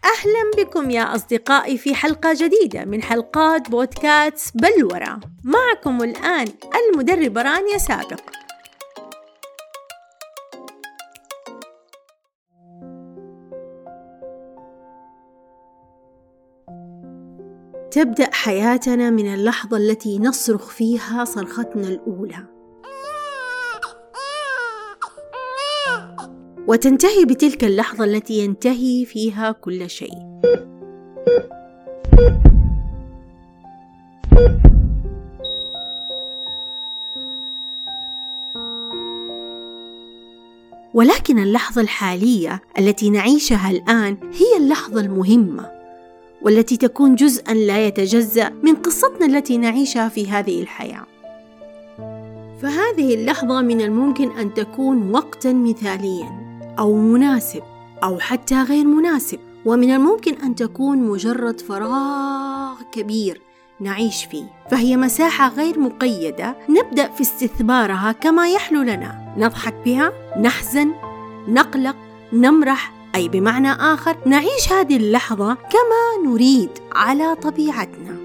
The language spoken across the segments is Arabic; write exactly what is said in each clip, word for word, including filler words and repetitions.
أهلا بكم يا أصدقائي في حلقة جديدة من حلقات بودكاست بلورة. معكم الآن المدربة رانيا سابق. تبدأ حياتنا من اللحظة التي نصرخ فيها صرختنا الأولى، وتنتهي بتلك اللحظة التي ينتهي فيها كل شيء. ولكن اللحظة الحالية التي نعيشها الآن هي اللحظة المهمة، والتي تكون جزءاً لا يتجزأ من قصتنا التي نعيشها في هذه الحياة. فهذه اللحظة من الممكن أن تكون وقتاً مثالياً أو مناسب أو حتى غير مناسب، ومن الممكن أن تكون مجرد فراغ كبير نعيش فيه. فهي مساحة غير مقيدة نبدأ في استثمارها كما يحلو لنا، نضحك بها، نحزن، نقلق، نمرح، أي بمعنى آخر نعيش هذه اللحظة كما نريد على طبيعتنا.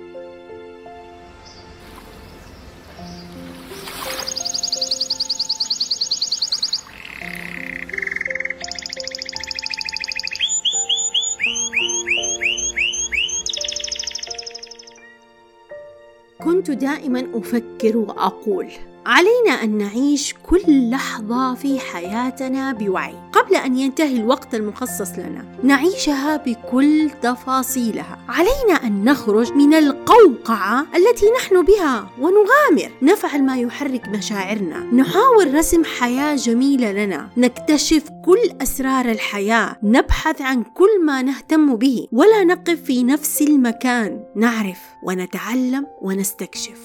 كنت دائما أفكر وأقول علينا أن نعيش كل لحظة في حياتنا بوعي قبل أن ينتهي الوقت المخصص لنا، نعيشها بكل تفاصيلها. علينا أن نخرج من القوقعة التي نحن بها ونغامر، نفعل ما يحرك مشاعرنا، نحاول رسم حياة جميلة لنا، نكتشف كل أسرار الحياة، نبحث عن كل ما نهتم به، ولا نقف في نفس المكان، نعرف ونتعلم ونستكشف.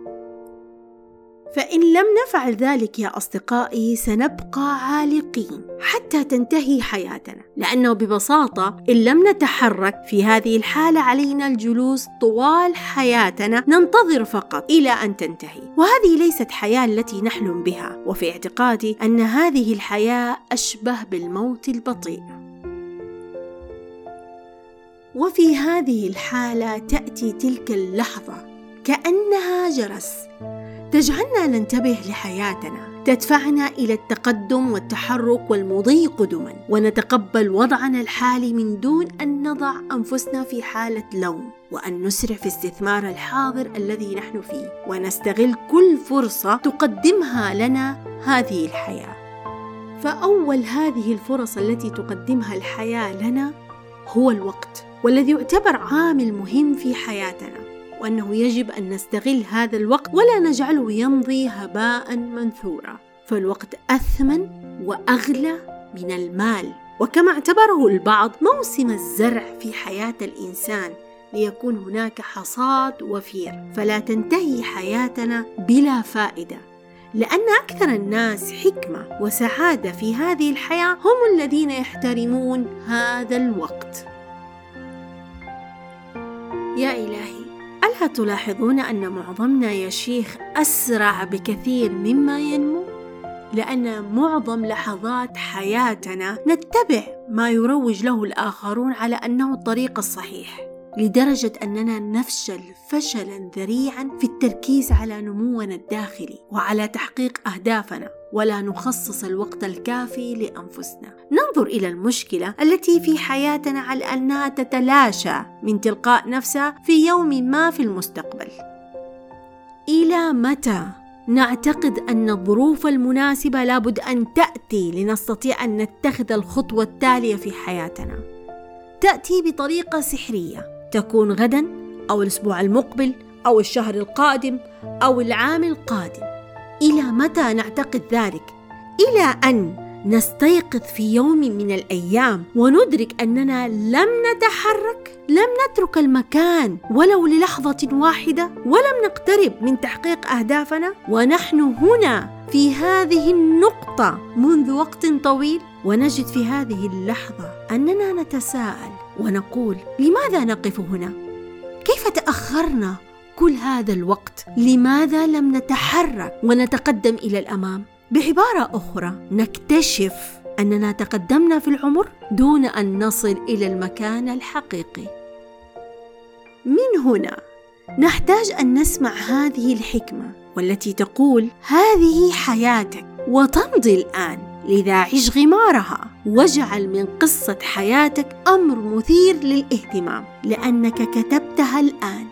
فإن لم نفعل ذلك يا أصدقائي سنبقى عالقين حتى تنتهي حياتنا، لأنه ببساطة إن لم نتحرك في هذه الحالة علينا الجلوس طوال حياتنا ننتظر فقط إلى أن تنتهي، وهذه ليست حياة التي نحلم بها. وفي اعتقادي أن هذه الحياة أشبه بالموت البطيء. وفي هذه الحالة تأتي تلك اللحظة كأنها جرس تجعلنا ننتبه لحياتنا، تدفعنا إلى التقدم والتحرك والمضي قدما، ونتقبل وضعنا الحالي من دون أن نضع أنفسنا في حالة لوم، وأن نسرع في استثمار الحاضر الذي نحن فيه، ونستغل كل فرصة تقدمها لنا هذه الحياة. فأول هذه الفرص التي تقدمها الحياة لنا هو الوقت، والذي يعتبر عامل مهم في حياتنا، وأنه يجب أن نستغل هذا الوقت ولا نجعله يمضي هباء منثورا. فالوقت أثمن وأغلى من المال، وكما اعتبره البعض موسم الزرع في حياة الإنسان ليكون هناك حصاد وفير، فلا تنتهي حياتنا بلا فائدة، لأن أكثر الناس حكمة وسعادة في هذه الحياة هم الذين يحترمون هذا الوقت. يا إلهي، ألا تلاحظون أن معظمنا يا شيخ أسرع بكثير مما ينمو؟ لأن معظم لحظات حياتنا نتبع ما يروج له الآخرون على أنه الطريق الصحيح، لدرجة أننا نفشل فشلا ذريعا في التركيز على نمونا الداخلي وعلى تحقيق أهدافنا، ولا نخصص الوقت الكافي لأنفسنا. ننظر إلى المشكلة التي في حياتنا على أنها تتلاشى من تلقاء نفسها في يوم ما في المستقبل. إلى متى نعتقد أن الظروف المناسبة لابد أن تأتي لنستطيع أن نتخذ الخطوة التالية في حياتنا؟ تأتي بطريقة سحرية، تكون غدا أو الأسبوع المقبل أو الشهر القادم أو العام القادم. إلى متى نعتقد ذلك؟ إلى أن نستيقظ في يوم من الأيام وندرك أننا لم نتحرك، لم نترك المكان ولو للحظة واحدة، ولم نقترب من تحقيق أهدافنا، ونحن هنا في هذه النقطة منذ وقت طويل، ونجد في هذه اللحظة أننا نتساءل ونقول: لماذا نقف هنا؟ كيف تأخرنا كل هذا الوقت؟ لماذا لم نتحرك ونتقدم إلى الأمام؟ بعبارة أخرى، نكتشف أننا تقدمنا في العمر دون أن نصل إلى المكان الحقيقي. من هنا نحتاج أن نسمع هذه الحكمة والتي تقول: هذه حياتك وتمضي الآن، لذا عش غمارها واجعل من قصة حياتك أمر مثير للاهتمام، لأنك كتبتها الآن.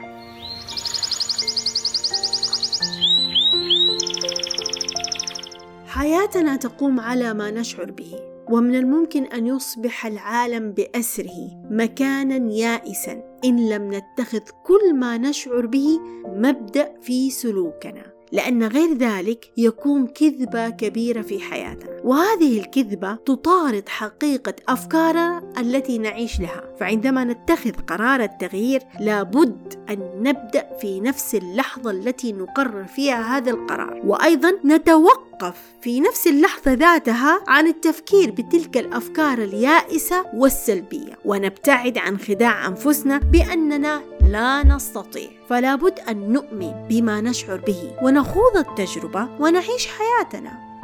حياتنا تقوم على ما نشعر به، ومن الممكن أن يصبح العالم بأسره مكاناً يائساً إن لم نتخذ كل ما نشعر به مبدأ في سلوكنا، لأن غير ذلك يكون كذبة كبيرة في حياتنا، وهذه الكذبة تطارد حقيقة أفكارنا التي نعيش لها. فعندما نتخذ قرار التغيير لابد أن نبدأ في نفس اللحظة التي نقرر فيها هذا القرار، وأيضا نتوقف في نفس اللحظة ذاتها عن التفكير بتلك الأفكار اليائسة والسلبية، ونبتعد عن خداع أنفسنا بأننا لا نستطيع. فلا بد أن نؤمن بما نشعر به ونخوض التجربة ونعيش حياتنا.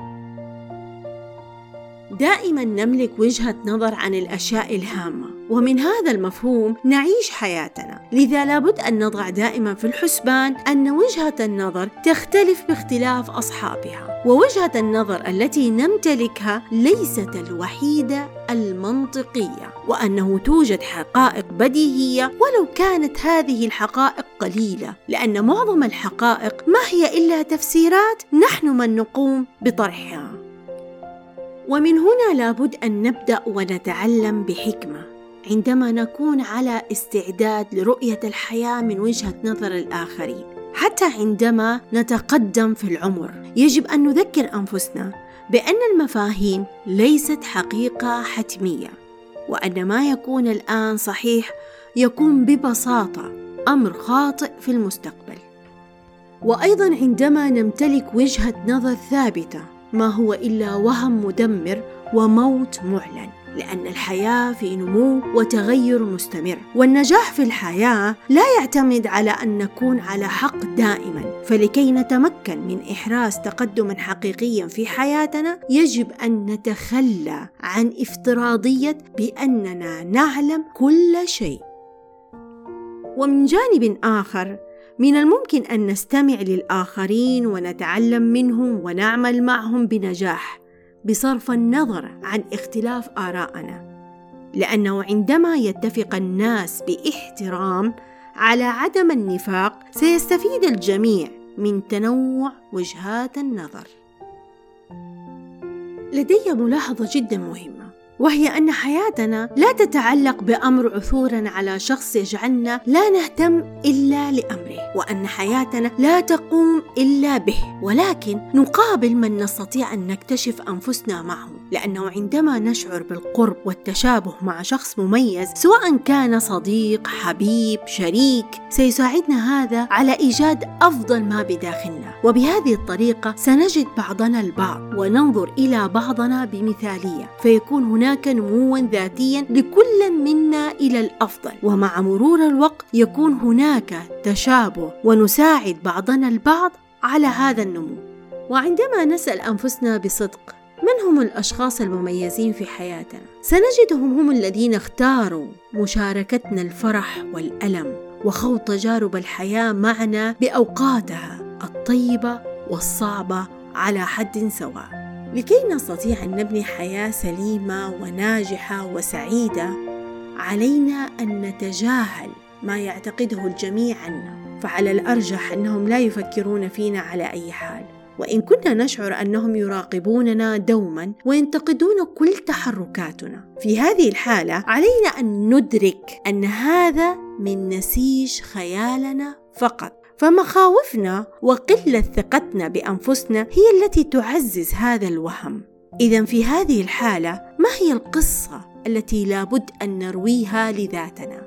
دائما نملك وجهة نظر عن الأشياء الهامة، ومن هذا المفهوم نعيش حياتنا. لذا لابد أن نضع دائما في الحسبان أن وجهة النظر تختلف باختلاف أصحابها، ووجهة النظر التي نمتلكها ليست الوحيدة المنطقية، وأنه توجد حقائق بديهية ولو كانت هذه الحقائق قليلة، لأن معظم الحقائق ما هي إلا تفسيرات نحن من نقوم بطرحها. ومن هنا لابد أن نبدأ ونتعلم بحكمة عندما نكون على استعداد لرؤية الحياة من وجهة نظر الآخرين. حتى عندما نتقدم في العمر يجب أن نذكر أنفسنا بأن المفاهيم ليست حقيقة حتمية، وأن ما يكون الآن صحيح يكون ببساطة أمر خاطئ في المستقبل. وأيضا عندما نمتلك وجهة نظر ثابتة ما هو إلا وهم مدمر وموت معلن، لأن الحياة في نمو وتغير مستمر، والنجاح في الحياة لا يعتمد على أن نكون على حق دائما. فلكي نتمكن من إحراز تقدم حقيقي في حياتنا يجب أن نتخلى عن افتراضية بأننا نعلم كل شيء. ومن جانب آخر من الممكن أن نستمع للآخرين ونتعلم منهم ونعمل معهم بنجاح بصرف النظر عن اختلاف آرائنا، لأنه عندما يتفق الناس باحترام على عدم النفاق سيستفيد الجميع من تنوع وجهات النظر. لدي ملاحظة جدا مهمة، وهي أن حياتنا لا تتعلق بأمر عثورنا على شخص يجعلنا لا نهتم إلا لأمره، وأن حياتنا لا تقوم إلا به، ولكن نقابل من نستطيع أن نكتشف أنفسنا معه، لأنه عندما نشعر بالقرب والتشابه مع شخص مميز سواء كان صديق، حبيب، شريك، سيساعدنا هذا على إيجاد أفضل ما بداخلنا، وبهذه الطريقة سنجد بعضنا البعض وننظر إلى بعضنا بمثالية، فيكون هناك هناك نموا ذاتيا لكل منا إلى الأفضل، ومع مرور الوقت يكون هناك تشابه ونساعد بعضنا البعض على هذا النمو. وعندما نسأل أنفسنا بصدق من هم الأشخاص المميزين في حياتنا، سنجدهم هم الذين اختاروا مشاركتنا الفرح والألم وخوض تجارب الحياة معنا بأوقاتها الطيبة والصعبة على حد سواء. لكي نستطيع أن نبني حياة سليمة وناجحة وسعيدة علينا أن نتجاهل ما يعتقده الجميع عنا، فعلى الأرجح أنهم لا يفكرون فينا على أي حال، وإن كنا نشعر أنهم يراقبوننا دوما وينتقدون كل تحركاتنا. في هذه الحالة علينا أن ندرك أن هذا من نسيج خيالنا فقط، فمخاوفنا وقلة ثقتنا بأنفسنا هي التي تعزز هذا الوهم. إذن في هذه الحالة ما هي القصة التي لابد أن نرويها لذاتنا؟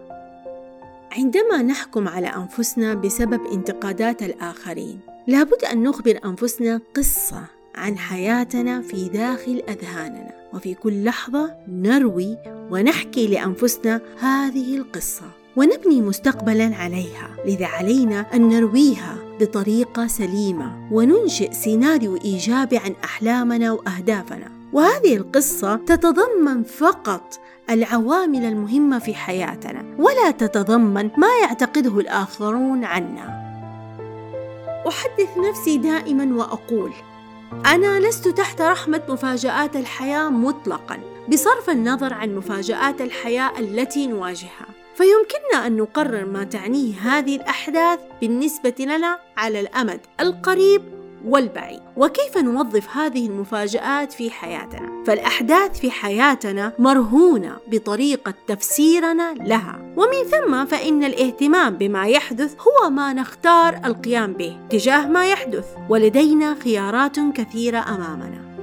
عندما نحكم على أنفسنا بسبب انتقادات الآخرين لابد أن نخبر أنفسنا قصة عن حياتنا في داخل أذهاننا، وفي كل لحظة نروي ونحكي لأنفسنا هذه القصة ونبني مستقبلا عليها. لذا علينا أن نرويها بطريقة سليمة وننشئ سيناريو إيجابي عن أحلامنا وأهدافنا، وهذه القصة تتضمن فقط العوامل المهمة في حياتنا، ولا تتضمن ما يعتقده الآخرون عنا. أحدث نفسي دائما وأقول: أنا لست تحت رحمة مفاجآت الحياة مطلقا، بصرف النظر عن مفاجآت الحياة التي نواجهها، فيمكننا أن نقرر ما تعنيه هذه الأحداث بالنسبة لنا على الأمد القريب والبعيد، وكيف نوظف هذه المفاجآت في حياتنا. فالأحداث في حياتنا مرهونة بطريقة تفسيرنا لها، ومن ثم فإن الاهتمام بما يحدث هو ما نختار القيام به تجاه ما يحدث، ولدينا خيارات كثيرة أمامنا.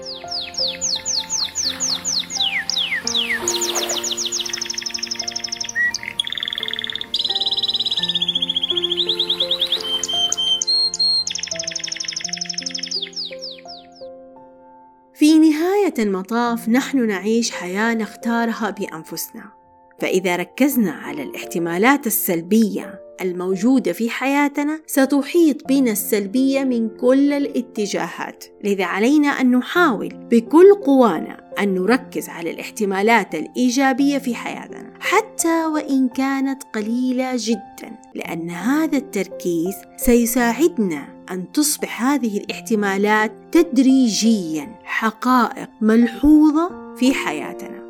في نهاية المطاف نحن نعيش حياة نختارها بأنفسنا، فإذا ركزنا على الاحتمالات السلبية الموجودة في حياتنا ستحيط بنا السلبية من كل الاتجاهات، لذا علينا أن نحاول بكل قوانا أن نركز على الاحتمالات الإيجابية في حياتنا حتى وإن كانت قليلة جدا، لأن هذا التركيز سيساعدنا أن تصبح هذه الاحتمالات تدريجيا حقائق ملحوظة في حياتنا.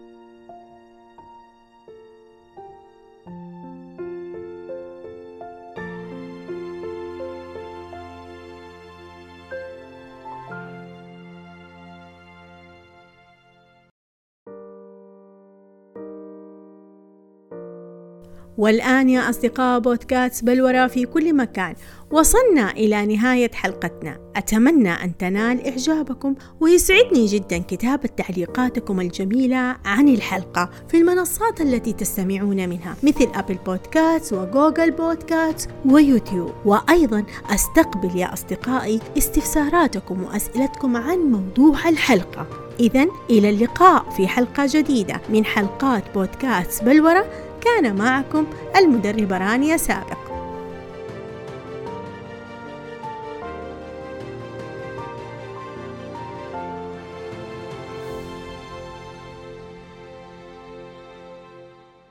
والآن يا أصدقاء بودكاست بلورة في كل مكان، وصلنا إلى نهاية حلقتنا. أتمنى أن تنال إعجابكم، ويسعدني جدا كتابة تعليقاتكم الجميلة عن الحلقة في المنصات التي تستمعون منها مثل أبل بودكاست وجوجل بودكاست ويوتيوب. وأيضا أستقبل يا أصدقائي استفساراتكم وأسئلتكم عن موضوع الحلقة. إذن إلى اللقاء في حلقة جديدة من حلقات بودكاست بلورة. كان معكم المدربة رانيا سابق.